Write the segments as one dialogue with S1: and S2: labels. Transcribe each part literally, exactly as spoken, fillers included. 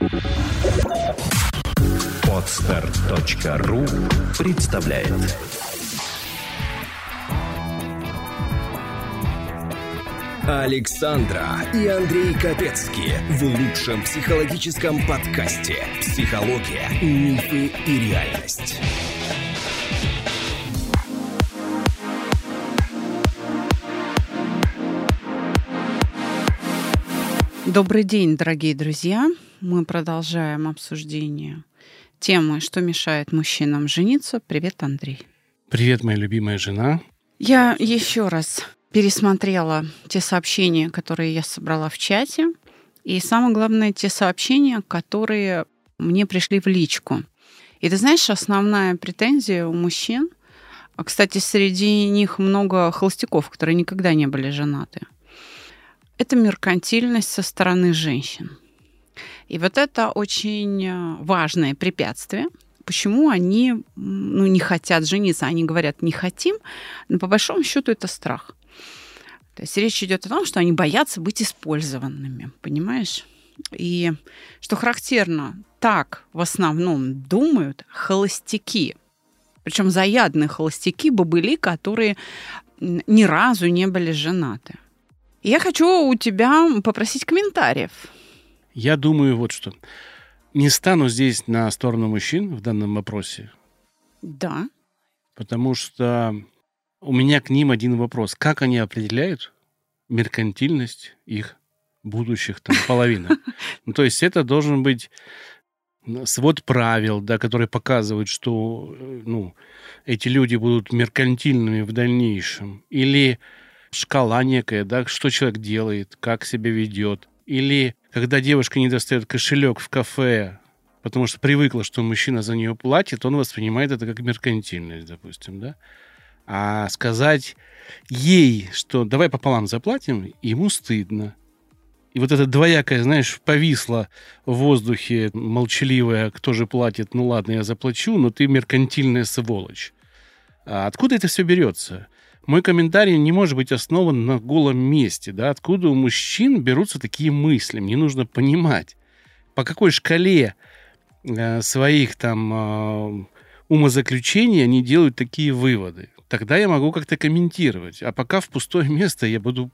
S1: Подстер точка ру представляет. Александра и Андрей Капецки в лучшем психологическом подкасте «Психология, мифы и реальность».
S2: Добрый день, дорогие друзья. Мы продолжаем обсуждение темы, что мешает мужчинам жениться. Привет, Андрей.
S3: Привет, моя любимая жена.
S2: Я еще раз пересмотрела те сообщения, которые я собрала в чате, и самое главное, те сообщения, которые мне пришли в личку. И ты знаешь, основная претензия у мужчин, кстати, среди них много холостяков, которые никогда не были женаты, это меркантильность со стороны женщин. И вот это очень важное препятствие. Почему они ну, не хотят жениться? Они говорят, не хотим, но по большому счету это страх. То есть речь идет о том, что они боятся быть использованными, понимаешь? И что характерно, так в основном думают холостяки. Причем заядлые холостяки, бобыли, которые ни разу не были женаты. Я хочу у тебя попросить комментариев.
S3: Я думаю вот что. Не стану здесь на сторону мужчин в данном вопросе.
S2: Да.
S3: Потому что у меня к ним один вопрос. Как они определяют меркантильность их будущих там половины? Ну, то есть это должен быть свод правил, да, которые показывают, что ну, эти люди будут меркантильными в дальнейшем. Или шкала некая, да, что человек делает, как себя ведет. Или когда девушка не достает кошелек в кафе, потому что привыкла, что мужчина за нее платит, он воспринимает это как меркантильность, допустим, да. А сказать ей, что давай пополам заплатим, ему стыдно. И вот это двоякое, знаешь, повисло в воздухе, молчаливое, кто же платит, ну ладно, я заплачу, но ты меркантильная сволочь. А откуда это все берется? Мой комментарий не может быть основан на голом месте. Да? Откуда у мужчин берутся такие мысли? Мне нужно понимать, по какой шкале э, своих там э, умозаключений они делают такие выводы. Тогда я могу как-то комментировать. А пока в пустое место я буду...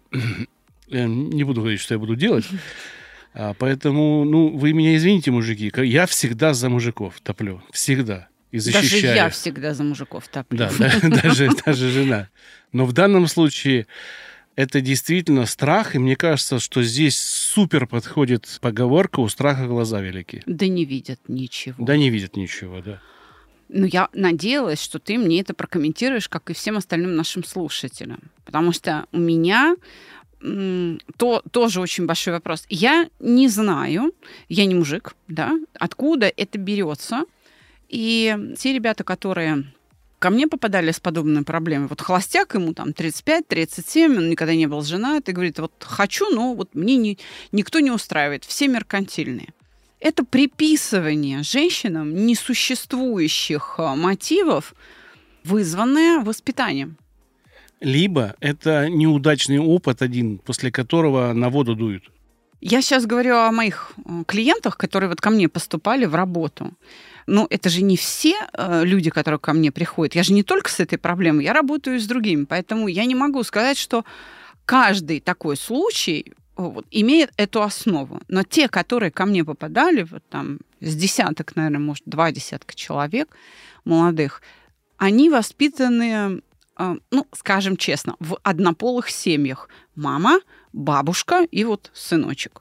S3: я не буду говорить, что я буду делать. А, поэтому, ну, вы меня извините, мужики, я всегда за мужиков топлю. Всегда. И
S2: даже я всегда за мужиков топлю.
S3: Да, да даже, даже жена. Но в данном случае это действительно страх, и мне кажется, что здесь супер подходит поговорка «у страха глаза велики».
S2: Да не видят ничего.
S3: Да не видят ничего, да.
S2: Ну, я надеялась, что ты мне это прокомментируешь, как и всем остальным нашим слушателям. Потому что у меня м, то, тоже очень большой вопрос. Я не знаю, я не мужик, да, откуда это берется. И те ребята, которые ко мне попадали с подобной проблемой, вот холостяк, ему там тридцать пять тридцать семь, он никогда не был женат, и говорит, вот хочу, но вот мне не, никто не устраивает, все меркантильные. Это приписывание женщинам несуществующих мотивов, вызванное воспитанием.
S3: Либо это неудачный опыт один, после которого на воду дуют.
S2: Я сейчас говорю о моих клиентах, которые вот ко мне поступали в работу. Но это же не все э, люди, которые ко мне приходят. Я же не только с этой проблемой, я работаю и с другими. Поэтому я не могу сказать, что каждый такой случай вот, имеет эту основу. Но те, которые ко мне попадали, вот там с десяток, наверное, может, два десятка человек молодых, они воспитаны, э, ну, скажем честно, в однополых семьях. Мама, бабушка и вот сыночек.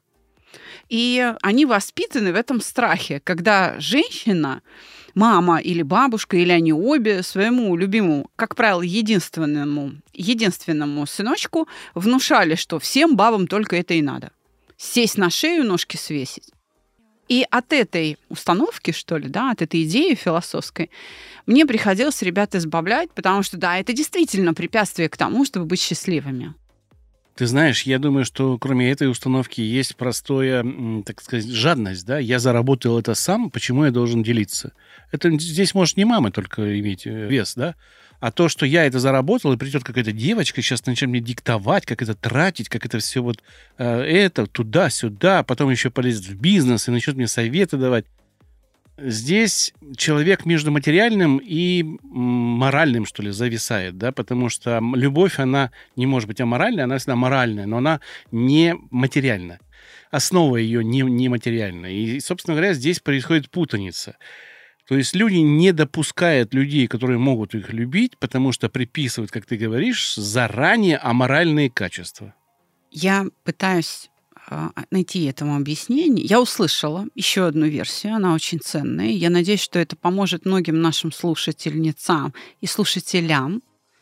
S2: И они воспитаны в этом страхе, когда женщина, мама или бабушка, или они обе своему любимому, как правило, единственному, единственному сыночку внушали, что всем бабам только это и надо. Сесть на шею, ножки свесить. И от этой установки, что ли, да, от этой идеи философской, мне приходилось ребят избавлять, потому что, да, это действительно препятствие к тому, чтобы быть счастливыми.
S3: Ты знаешь, я думаю, что кроме этой установки есть простая, так сказать, жадность, да? Я заработал это сам, почему я должен делиться? Это здесь может не мама только иметь вес, да? А то, что я это заработал, и придет какая-то девочка, сейчас начнет мне диктовать, как это тратить, как это все вот э, это, туда-сюда, потом еще полезет в бизнес и начнет мне советы давать. Здесь человек между материальным и моральным, что ли, зависает, да, потому что любовь, она не может быть аморальной, она всегда моральная, но она не материальная. Основа ее не, не материальная. И, собственно говоря, здесь происходит путаница. То есть люди не допускают людей, которые могут их любить, потому что приписывают, как ты говоришь, заранее аморальные качества.
S2: Я пытаюсь найти этому объяснение. Я услышала еще одну версию, она очень ценная. Я надеюсь, что это поможет многим нашим слушательницам и слушателям,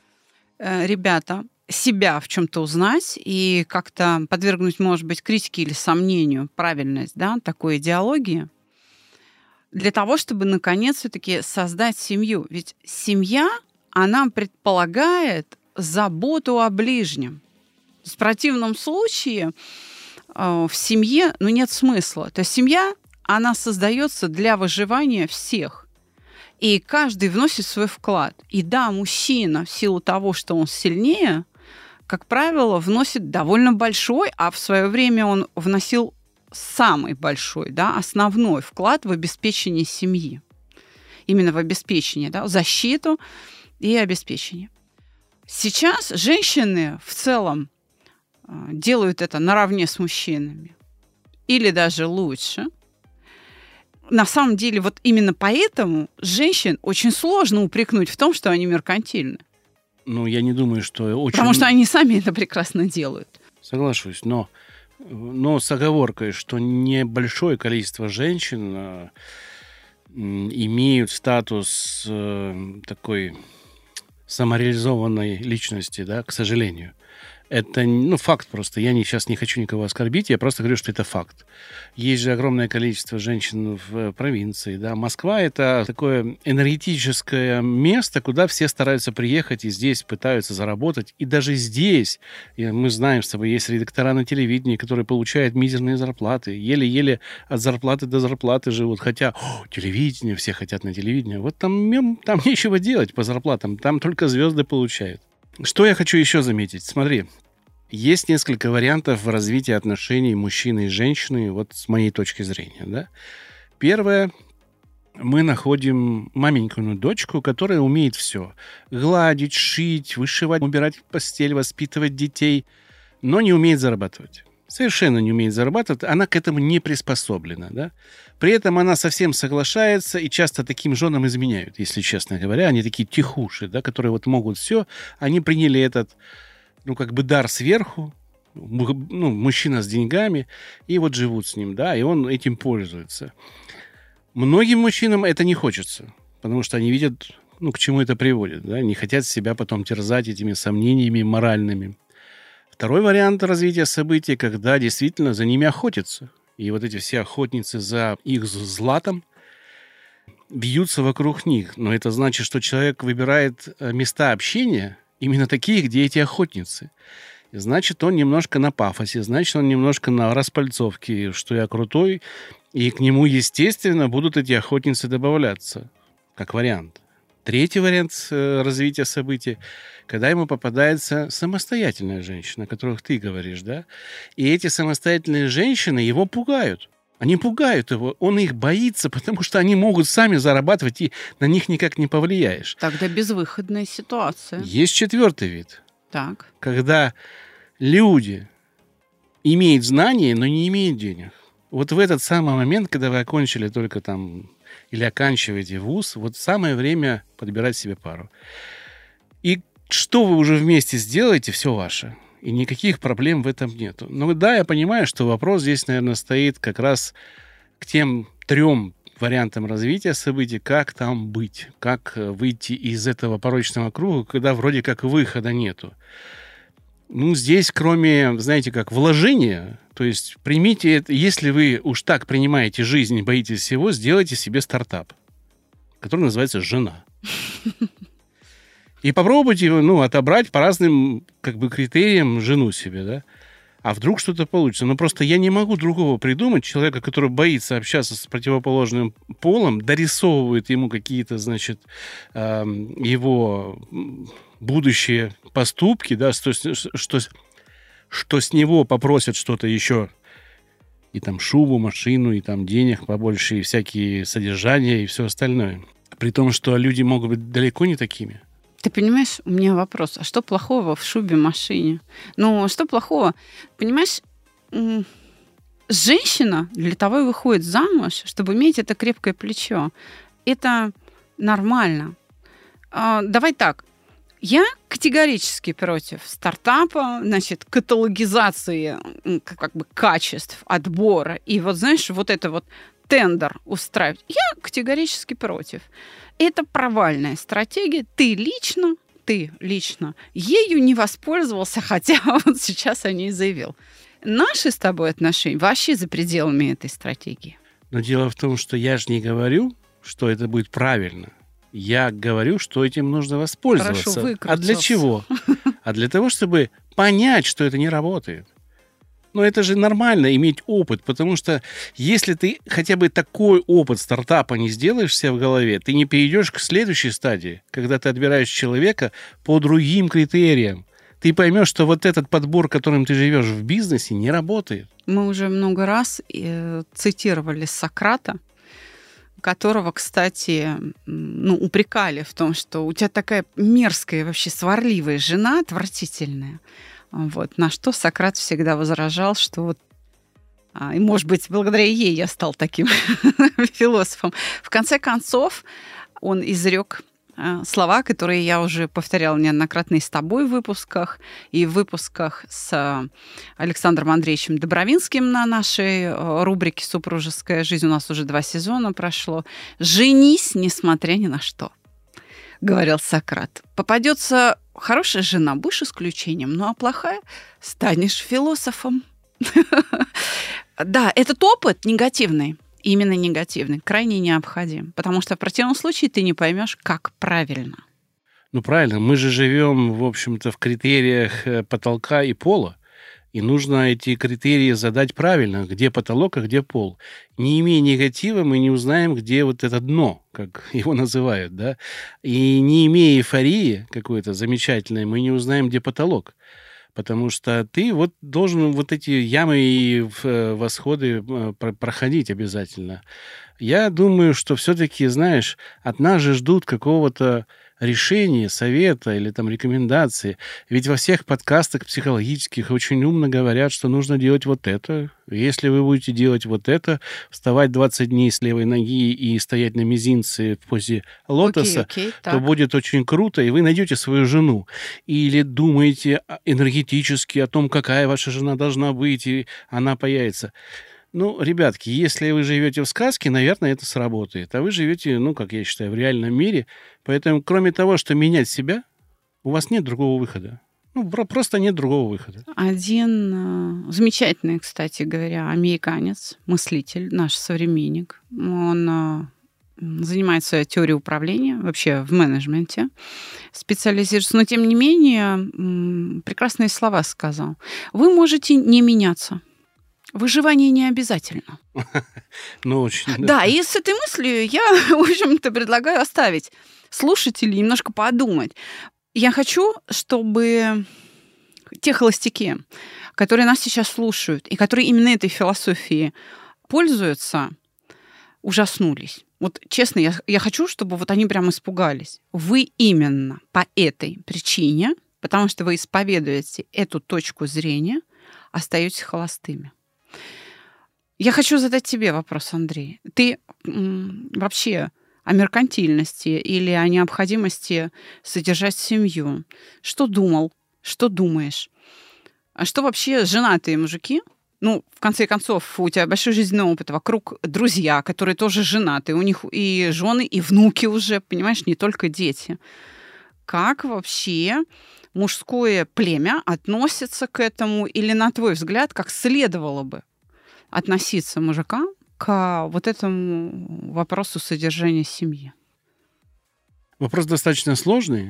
S2: ребята, себя в чем-то узнать и как-то подвергнуть, может быть, критике или сомнению правильность, да, такой идеологии, для того, чтобы, наконец, все-таки создать семью. Ведь семья, она предполагает заботу о ближнем. В противном случае в семье, ну, нет смысла. То есть семья, она создается для выживания всех. И каждый вносит свой вклад. И да, мужчина в силу того, что он сильнее, как правило, вносит довольно большой, а в свое время он вносил самый большой, да, основной вклад в обеспечение семьи. Именно в обеспечение, да, защиту и обеспечение. Сейчас женщины в целом делают это наравне с мужчинами. Или даже лучше. На самом деле, вот именно поэтому женщин очень сложно упрекнуть в том, что они меркантильны.
S3: Ну, я не думаю, что очень...
S2: Потому что они сами это прекрасно делают.
S3: Соглашусь, но, но с оговоркой, что небольшое количество женщин а, имеют статус а, такой самореализованной личности, да, к сожалению. Это, ну, факт просто. Я не, сейчас не хочу никого оскорбить, я просто говорю, что это факт. Есть же огромное количество женщин в провинции, да. Москва – это такое энергетическое место, куда все стараются приехать и здесь пытаются заработать. И даже здесь, мы знаем с тобой, есть редактора на телевидении, которые получают мизерные зарплаты, еле-еле от зарплаты до зарплаты живут. Хотя о, телевидение, все хотят на телевидение. Вот там, там нечего делать по зарплатам, там только звезды получают. Что я хочу еще заметить? Смотри, есть несколько вариантов развития отношений мужчины и женщины, вот с моей точки зрения, да. Первое, мы находим маменькину дочку, которая умеет все. Гладить, шить, вышивать, убирать постель, воспитывать детей, но не умеет зарабатывать. Совершенно не умеет зарабатывать, она к этому не приспособлена, да. При этом она совсем соглашается, и часто таким женам изменяют, если честно говоря. Они такие тихуши, да, которые вот могут все. Они приняли этот, ну, как бы дар сверху, ну, мужчина с деньгами, и вот живут с ним, да, и он этим пользуется. Многим мужчинам это не хочется, потому что они видят, ну, к чему это приводит, да, не хотят себя потом терзать этими сомнениями моральными. Второй вариант развития событий, когда действительно за ними охотятся. И вот эти все охотницы за их златом бьются вокруг них. Но это значит, что человек выбирает места общения именно такие, где эти охотницы. И значит, он немножко на пафосе, значит, он немножко на распальцовке, что я крутой. И к нему, естественно, будут эти охотницы добавляться, как вариант. Третий вариант развития событий, когда ему попадается самостоятельная женщина, о которых ты говоришь, да? И эти самостоятельные женщины его пугают. Они пугают его, он их боится, потому что они могут сами зарабатывать, и на них никак не повлияешь.
S2: Тогда безвыходная ситуация.
S3: Есть четвертый вид.
S2: Так.
S3: Когда люди имеют знания, но не имеют денег. Вот в этот самый момент, когда вы окончили только там или оканчиваете вуз, вот самое время подбирать себе пару. И что вы уже вместе сделаете, все ваше. И никаких проблем в этом нету. Но да, я понимаю, что вопрос здесь, наверное, стоит как раз к тем трем вариантам развития событий, как там быть, как выйти из этого порочного круга, когда вроде как выхода нету. Ну, здесь, кроме, знаете, как вложения, то есть примите это, если вы уж так принимаете жизнь и боитесь всего, сделайте себе стартап, который называется «Жена». И попробуйте, ну, отобрать по разным, как бы, критериям жену себе, да? А вдруг что-то получится? Но просто я не могу другого придумать. Человека, который боится общаться с противоположным полом, дорисовывает ему какие-то, значит, э, его будущие поступки, да, что, что, что с него попросят что-то еще. И там шубу, машину, и там денег побольше, и всякие содержания, и все остальное. При том, что люди могут быть далеко не такими.
S2: Ты понимаешь, у меня вопрос, а что плохого в шубе, машине? Ну, что плохого? Понимаешь, женщина для того и выходит замуж, чтобы иметь это крепкое плечо. Это нормально. А, давай так. Я категорически против стартапа, значит, каталогизации как бы качеств, отбора. И вот, знаешь, вот это вот тендер устраивать. Я категорически против. Это провальная стратегия. Ты лично, ты лично ею не воспользовался, хотя вот сейчас о ней заявил. Наши с тобой отношения вообще за пределами этой стратегии.
S3: Но дело в том, что я же не говорю, что это будет правильно. Я говорю, что этим нужно воспользоваться.
S2: Хорошо, выкрутился.
S3: А для чего? А для того, чтобы понять, что это не работает. Но это же нормально иметь опыт, потому что если ты хотя бы такой опыт стартапа не сделаешь себе в голове, ты не перейдешь к следующей стадии, когда ты отбираешь человека по другим критериям. Ты поймешь, что вот этот подбор, которым ты живешь в бизнесе, не работает.
S2: Мы уже много раз э, цитировали Сократа, которого, кстати, ну, упрекали в том, что у тебя такая мерзкая, вообще сварливая жена, отвратительная. Вот. На что Сократ всегда возражал, что вот, а, и, может быть, благодаря ей я стал таким философом. В конце концов, он изрек а, слова, которые я уже повторяла неоднократно и с тобой в выпусках, и в выпусках с а, Александром Андреевичем Добровинским на нашей а, рубрике «Супружеская жизнь». У нас уже два сезона прошло. «Женись, несмотря ни на что», говорил Сократ. Попадется хорошая жена, будешь исключением, ну а плохая станешь философом. Да, этот опыт негативный, именно негативный, крайне необходим, потому что в противном случае ты не поймешь, как правильно.
S3: Ну правильно, мы же живем, в общем-то, в критериях потолка и пола. И нужно эти критерии задать правильно, где потолок, а где пол. Не имея негатива, мы не узнаем, где вот это дно, как его называют, да. И не имея эйфории какой-то замечательной, мы не узнаем, где потолок. Потому что ты вот должен вот эти ямы и восходы проходить обязательно. Я думаю, что все-таки, знаешь, от нас же ждут какого-то решения, совета или там рекомендации. Ведь во всех подкастах психологических очень умно говорят, что нужно делать вот это. Если вы будете делать вот это, вставать двадцать дней с левой ноги и стоять на мизинце в позе лотоса,
S2: окей, окей,
S3: то будет очень круто, и вы найдете свою жену. Или думаете энергетически о том, какая ваша жена должна быть, и она появится. Ну, ребятки, если вы живете в сказке, наверное, это сработает. А вы живете, ну, как я считаю, в реальном мире. Поэтому, кроме того, что менять себя, у вас нет другого выхода. Ну, просто нет другого выхода.
S2: Один э, замечательный, кстати говоря, американец, мыслитель, наш современник, он э, занимается теорией управления, вообще в менеджменте, специализируется. Но, тем не менее, м, прекрасные слова сказал. Вы можете не меняться. Выживание не обязательно.
S3: Ну, очень.
S2: Да, и с этой мыслью я, в общем-то, предлагаю оставить слушателей немножко подумать. Я хочу, чтобы те холостяки, которые нас сейчас слушают, и которые именно этой философией пользуются, ужаснулись. Вот честно, я, я хочу, чтобы вот они прям испугались. Вы именно по этой причине, потому что вы исповедуете эту точку зрения, остаетесь холостыми. Я хочу задать тебе вопрос, Андрей. Ты м, вообще о меркантильности или о необходимости содержать семью что думал, что думаешь? А что вообще женатые мужики? Ну, в конце концов, у тебя большой жизненный опыт, вокруг друзья, которые тоже женаты, у них и жены, и внуки уже, понимаешь, не только дети. Как вообще мужское племя относится к этому? Или, на твой взгляд, как следовало бы относиться мужикам к вот этому вопросу содержания семьи?
S3: Вопрос достаточно сложный.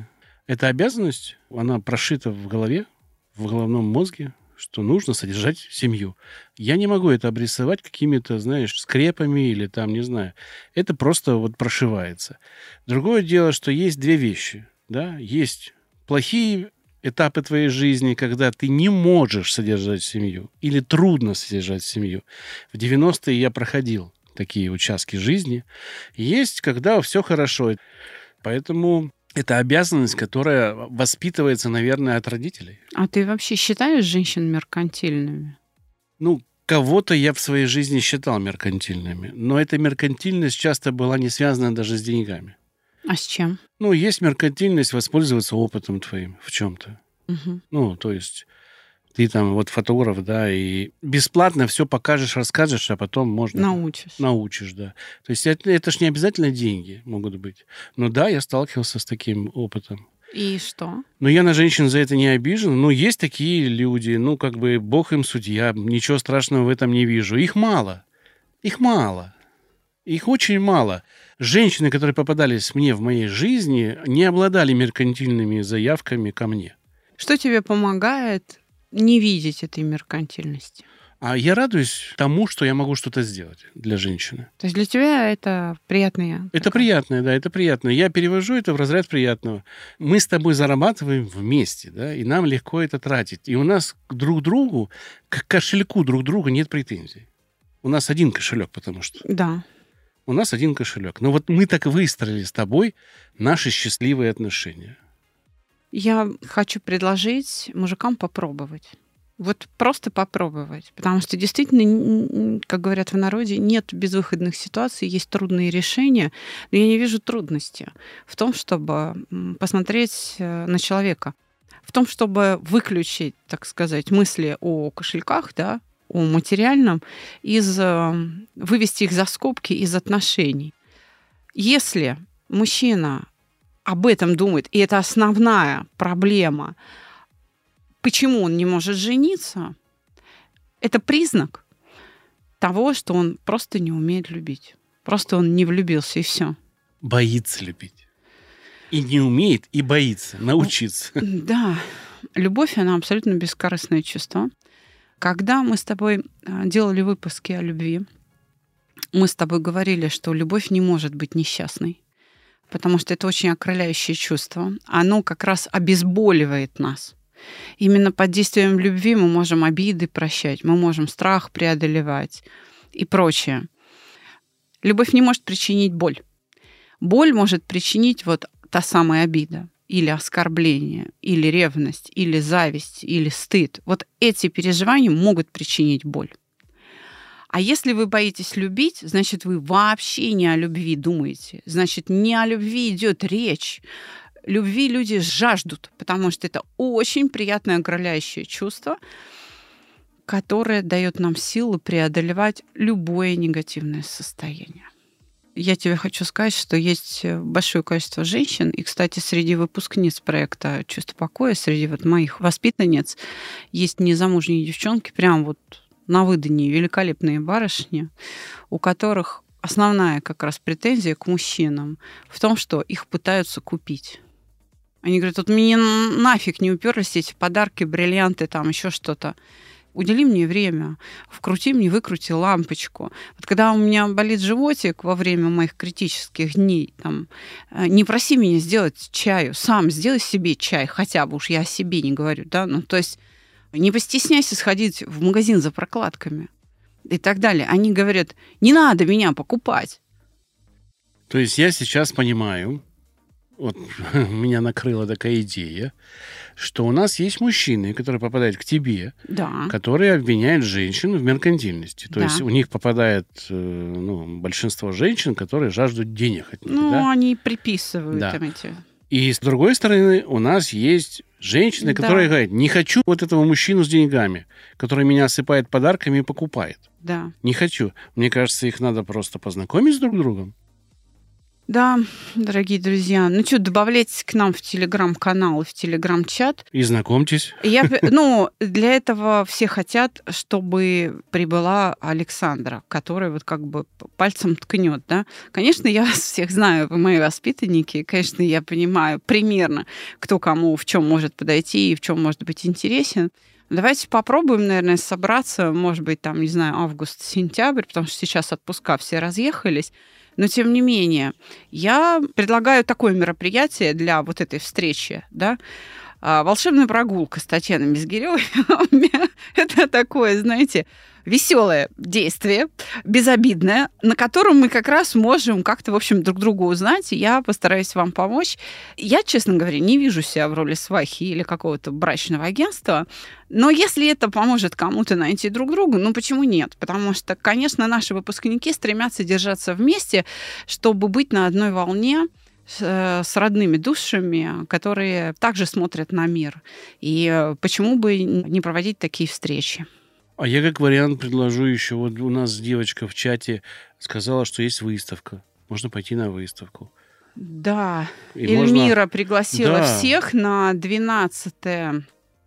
S3: Эта обязанность, она прошита в голове, в головном мозге, что нужно содержать семью. Я не могу это обрисовать какими-то, знаешь, скрепами или там, не знаю. Это просто вот прошивается. Другое дело, что есть две вещи. Да? Есть плохие этапы твоей жизни, когда ты не можешь содержать семью или трудно содержать семью. В девяностые я проходил такие участки жизни. Есть, когда все хорошо. Поэтому это обязанность, которая воспитывается, наверное, от родителей.
S2: А ты вообще считаешь женщин меркантильными?
S3: Ну, кого-то я в своей жизни считал меркантильными, но эта меркантильность часто была не связана даже с деньгами.
S2: А с чем?
S3: Ну, есть меркантильность воспользоваться опытом твоим в чем-то.
S2: Угу.
S3: Ну, то есть ты там вот фотограф, да, и бесплатно все покажешь, расскажешь, а потом можно...
S2: Научишь.
S3: Научишь, да. То есть это, это ж не обязательно деньги могут быть. Но да, я сталкивался с таким опытом.
S2: И что?
S3: Но я на женщин за это не обижен. Ну, есть такие люди, ну, как бы бог им судья, ничего страшного в этом не вижу. Их мало. Их мало. Их очень мало. Женщины, которые попадались мне в моей жизни, не обладали меркантильными заявками ко мне.
S2: Что тебе помогает не видеть этой меркантильности?
S3: А я радуюсь тому, что я могу что-то сделать для женщины.
S2: То есть для тебя это приятное?
S3: Это приятное, да, это приятно. Я перевожу это в разряд приятного. Мы с тобой зарабатываем вместе, да, и нам легко это тратить. И у нас друг к другу, к кошельку друг друга нет претензий. У нас один кошелек, потому что.
S2: Да.
S3: У нас один кошелек. Но вот мы так выстроили с тобой наши счастливые отношения.
S2: Я хочу предложить мужикам попробовать. Вот просто попробовать. Потому что действительно, как говорят в народе, нет безвыходных ситуаций, есть трудные решения. Но я не вижу трудности в том, чтобы посмотреть на человека. В том, чтобы выключить, так сказать, мысли о кошельках, да, о материальном, из, вывести их за скобки из отношений. Если мужчина об этом думает, и это основная проблема, почему он не может жениться, это признак того, что он просто не умеет любить. Просто он не влюбился, и все.
S3: Боится любить. И не умеет, и боится научиться.
S2: Да. Любовь, она абсолютно бескорыстное чувство. Когда мы с тобой делали выпуски о любви, мы с тобой говорили, что любовь не может быть несчастной, потому что это очень окрыляющее чувство. Оно как раз обезболивает нас. Именно под действием любви мы можем обиды прощать, мы можем страх преодолевать и прочее. Любовь не может причинить боль. Боль может причинить вот та самая обида, или оскорбление, или ревность, или зависть, или стыд. Вот эти переживания могут причинить боль. А если вы боитесь любить, значит, вы вообще не о любви думаете. Значит, не о любви идет речь. Любви люди жаждут, потому что это очень приятное окрыляющее чувство, которое дает нам силу преодолевать любое негативное состояние. Я тебе хочу сказать, что есть большое количество женщин, и, кстати, среди выпускниц проекта «Чувство покоя», среди вот моих воспитанниц, есть незамужние девчонки, прям вот на выданье великолепные барышни, у которых основная как раз претензия к мужчинам в том, что их пытаются купить. Они говорят, вот мне нафиг не уперлись эти подарки, бриллианты, там еще что-то. Удели мне время, вкрути мне, выкрути лампочку. Вот когда у меня болит животик во время моих критических дней, там, не проси меня сделать чаю, сам сделай себе чай, хотя бы уж я о себе не говорю, да, ну, то есть не постесняйся сходить в магазин за прокладками и так далее. Они говорят, не надо меня покупать.
S3: То есть я сейчас понимаю, вот меня накрыла такая идея, что у нас есть мужчины, которые попадают к тебе,
S2: да,
S3: которые обвиняют женщин в меркантильности. То
S2: да.
S3: есть у них попадает ну, большинство женщин, которые жаждут денег от них.
S2: Ну,
S3: да?
S2: они приписывают
S3: да.
S2: им эти...
S3: И с другой стороны, у нас есть женщины, которые да. говорят, не хочу вот этого мужчину с деньгами, который меня осыпает подарками и покупает.
S2: Да.
S3: Не хочу. Мне кажется, их надо просто познакомить с друг другом.
S2: Да, дорогие друзья. Ну что, добавляйтесь к нам в телеграм-канал и в телеграм-чат.
S3: И знакомьтесь.
S2: Я, ну, для этого все хотят, чтобы прибыла Александра, которая вот как бы пальцем ткнет, да. Конечно, я вас всех знаю, вы мои воспитанники, конечно, я понимаю примерно, кто кому в чем может подойти и в чем может быть интересен. Давайте попробуем, наверное, собраться, может быть, там, не знаю, август-сентябрь, потому что сейчас отпуска все разъехались. Но, тем не менее, я предлагаю такое мероприятие для вот этой встречи, да, волшебная прогулка с Татьяной Мизгирёвой. Это такое, знаете, веселое действие, безобидное, на котором мы как раз можем как-то, в общем, друг друга узнать, и я постараюсь вам помочь. Я, честно говоря, не вижу себя в роли свахи или какого-то брачного агентства, но если это поможет кому-то найти друг друга, ну почему нет? Потому что, конечно, наши выпускники стремятся держаться вместе, чтобы быть на одной волне с родными душами, которые также смотрят на мир. И почему бы не проводить такие встречи?
S3: А я как вариант предложу еще. Вот у нас девочка в чате сказала, что есть выставка. Можно пойти на выставку.
S2: Да.
S3: И
S2: Эльмира
S3: можно...
S2: пригласила
S3: да.
S2: всех на двенадцатое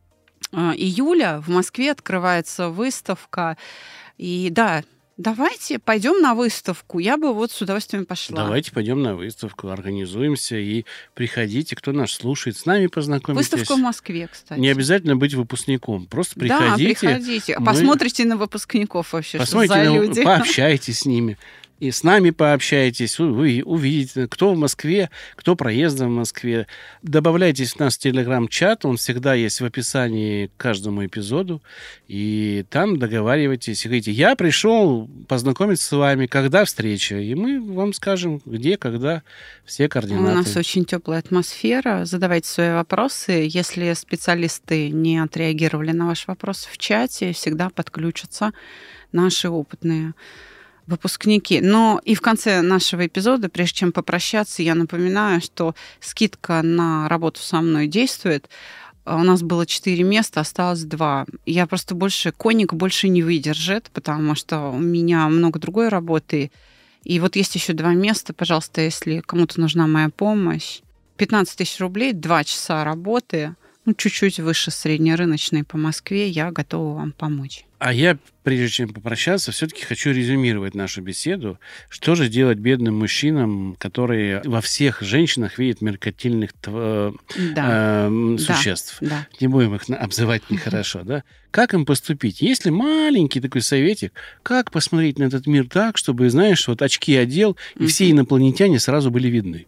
S2: июля. В Москве открывается выставка. И да, давайте пойдем на выставку. Я бы вот с удовольствием пошла.
S3: Давайте пойдем на выставку, организуемся и приходите, кто нас слушает, с нами познакомитесь.
S2: Выставка в Москве, кстати.
S3: Не обязательно быть выпускником, просто приходите.
S2: Да, приходите.
S3: Мы...
S2: Посмотрите на выпускников вообще,
S3: Посмотрите
S2: что за
S3: на...
S2: люди.
S3: Пообщайтесь с ними. И с нами пообщаетесь, вы увидите, кто в Москве, кто проездом в Москве. Добавляйтесь в наш телеграм-чат, он всегда есть в описании к каждому эпизоду. И там договаривайтесь и говорите, я пришел познакомиться с вами, когда встреча. И мы вам скажем, где, когда, все координаты.
S2: У нас очень теплая атмосфера. Задавайте свои вопросы. Если специалисты не отреагировали на ваш вопрос в чате, всегда подключатся наши опытные выпускники. Но и в конце нашего эпизода, прежде чем попрощаться, я напоминаю, что скидка на работу со мной действует. У нас было четыре места, осталось два. Я просто больше, конник больше не выдержит, потому что у меня много другой работы. И вот есть еще два места. Пожалуйста, если кому-то нужна моя помощь. пятнадцать тысяч рублей, два часа работы, ну, чуть-чуть выше среднерыночной по Москве. Я готова вам помочь.
S3: А я, прежде чем попрощаться, все-таки хочу резюмировать нашу беседу. Что же делать бедным мужчинам, которые во всех женщинах видят меркантильных да. э, существ?
S2: Да. Да.
S3: Не будем их обзывать нехорошо, да? Как им поступить? Есть ли маленький такой советик, как посмотреть на этот мир так, чтобы, знаешь, вот очки одел, и все инопланетяне сразу были видны?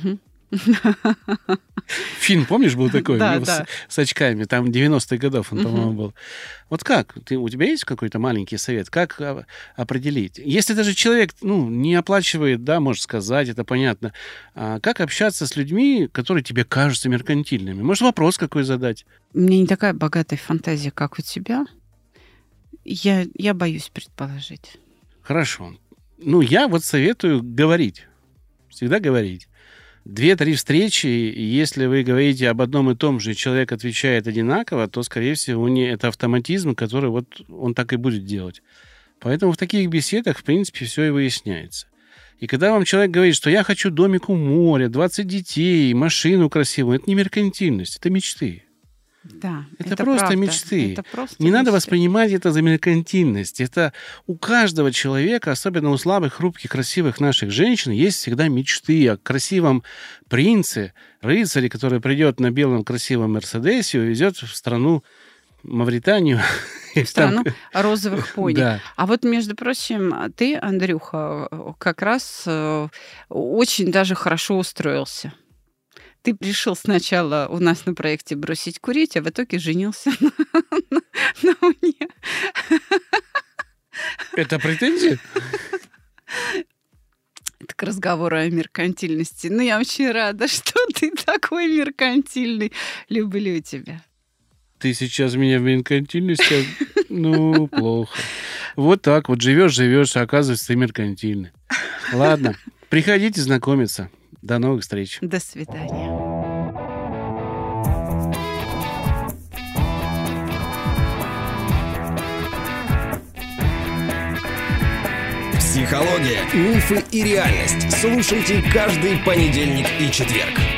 S3: Фильм, помнишь, был такой?
S2: Да,
S3: с,
S2: да.
S3: с очками. Там девяностых годов он, по-моему, был. Вот как? Ты, у тебя есть какой-то маленький совет? Как а, определить? Если даже человек ну, не оплачивает, да, можешь сказать, это понятно. А как общаться с людьми, которые тебе кажутся меркантильными? Может, вопрос какой задать?
S2: У меня не такая богатая фантазия, как у тебя. Я, я боюсь предположить.
S3: Хорошо. Ну, я вот советую говорить. Всегда говорить. Две-три встречи, и если вы говорите об одном и том же, и человек отвечает одинаково, то, скорее всего, не это автоматизм, который вот он так и будет делать. Поэтому в таких беседах, в принципе, все и выясняется. И когда вам человек говорит, что я хочу домик у моря, двадцать детей, машину красивую, это не меркантильность, это мечты.
S2: Да,
S3: это,
S2: это
S3: просто
S2: правда.
S3: мечты.
S2: Это просто
S3: не
S2: мечты.
S3: Надо воспринимать это за меркантильность. Это у каждого человека, особенно у слабых, хрупких, красивых наших женщин, есть всегда мечты о красивом принце, рыцаре, который придет на белом красивом Мерседесе и увезет в страну Мавританию.
S2: В страну розовых пони.
S3: Да.
S2: А вот, между прочим, ты, Андрюха, как раз очень даже хорошо устроился. Ты решил сначала у нас на проекте бросить курить, а в итоге женился на, на, на мне.
S3: Это претензия?
S2: Это к разговору о меркантильности. Ну, я очень рада, что ты такой меркантильный. Люблю тебя.
S3: Ты сейчас меня в меркантильности? Ну, плохо. Вот так вот живешь-живешь, а оказывается, ты меркантильный. Ладно, приходите знакомиться. До новых встреч.
S2: До свидания.
S1: Психология, мифы и реальность. Слушайте каждый понедельник и четверг.